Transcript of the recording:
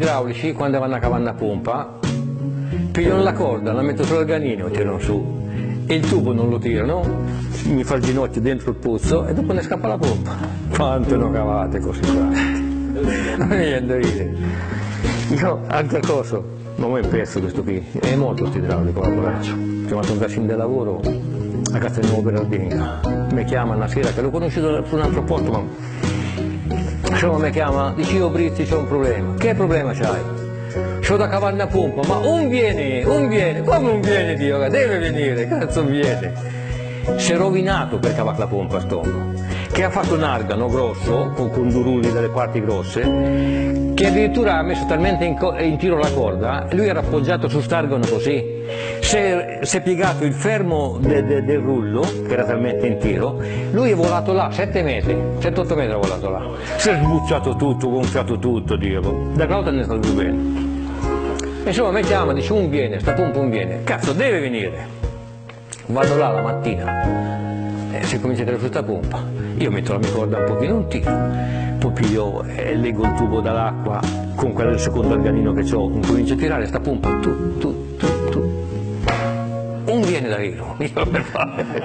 idraulici, quando vanno a cavare una pompa, pigliano la corda, la mettono sull'organino, tirano su, e il tubo non lo tirano, mi fa il ginocchio dentro il pozzo e dopo ne scappa la pompa. Quante ne ho cavate così qua. Non mi viene da ridere. Io, altra cosa, ma mo è un pezzo questo qui, è molto questo idraulico, lavoraccio. Ho chiamato un vicino del lavoro a Castelnuovo Berardinica, mi chiama una sera, che l'ho conosciuto su un altro posto, ma mi chiama, dice io Brizzi c'ho un problema. Che problema c'hai? C'ho da cavare una pompa, ma un viene, come un viene Dio, deve venire, cazzo viene. Si è rovinato per cavare la pompa st'uomo, che ha fatto un argano grosso, con due rulli delle parti grosse, che addirittura ha messo talmente in tiro la corda, lui era appoggiato su st'argano così, si è piegato il fermo del rullo, che era talmente in tiro, lui è volato là 7 metri, 7-8 metri è volato là, si è sbucciato tutto, gonfiato tutto, Dio, da volta ne sta più bene. Insomma mi chiama, dice un viene, sta pompa un viene, cazzo deve venire. Vado là la mattina e si comincia a tirare su questa pompa, io metto la mia corda un pochino in tiro, poi piglio e leggo il tubo dall'acqua con quello del secondo organino che ho, comincio a tirare sta pompa, un viene da io per fare.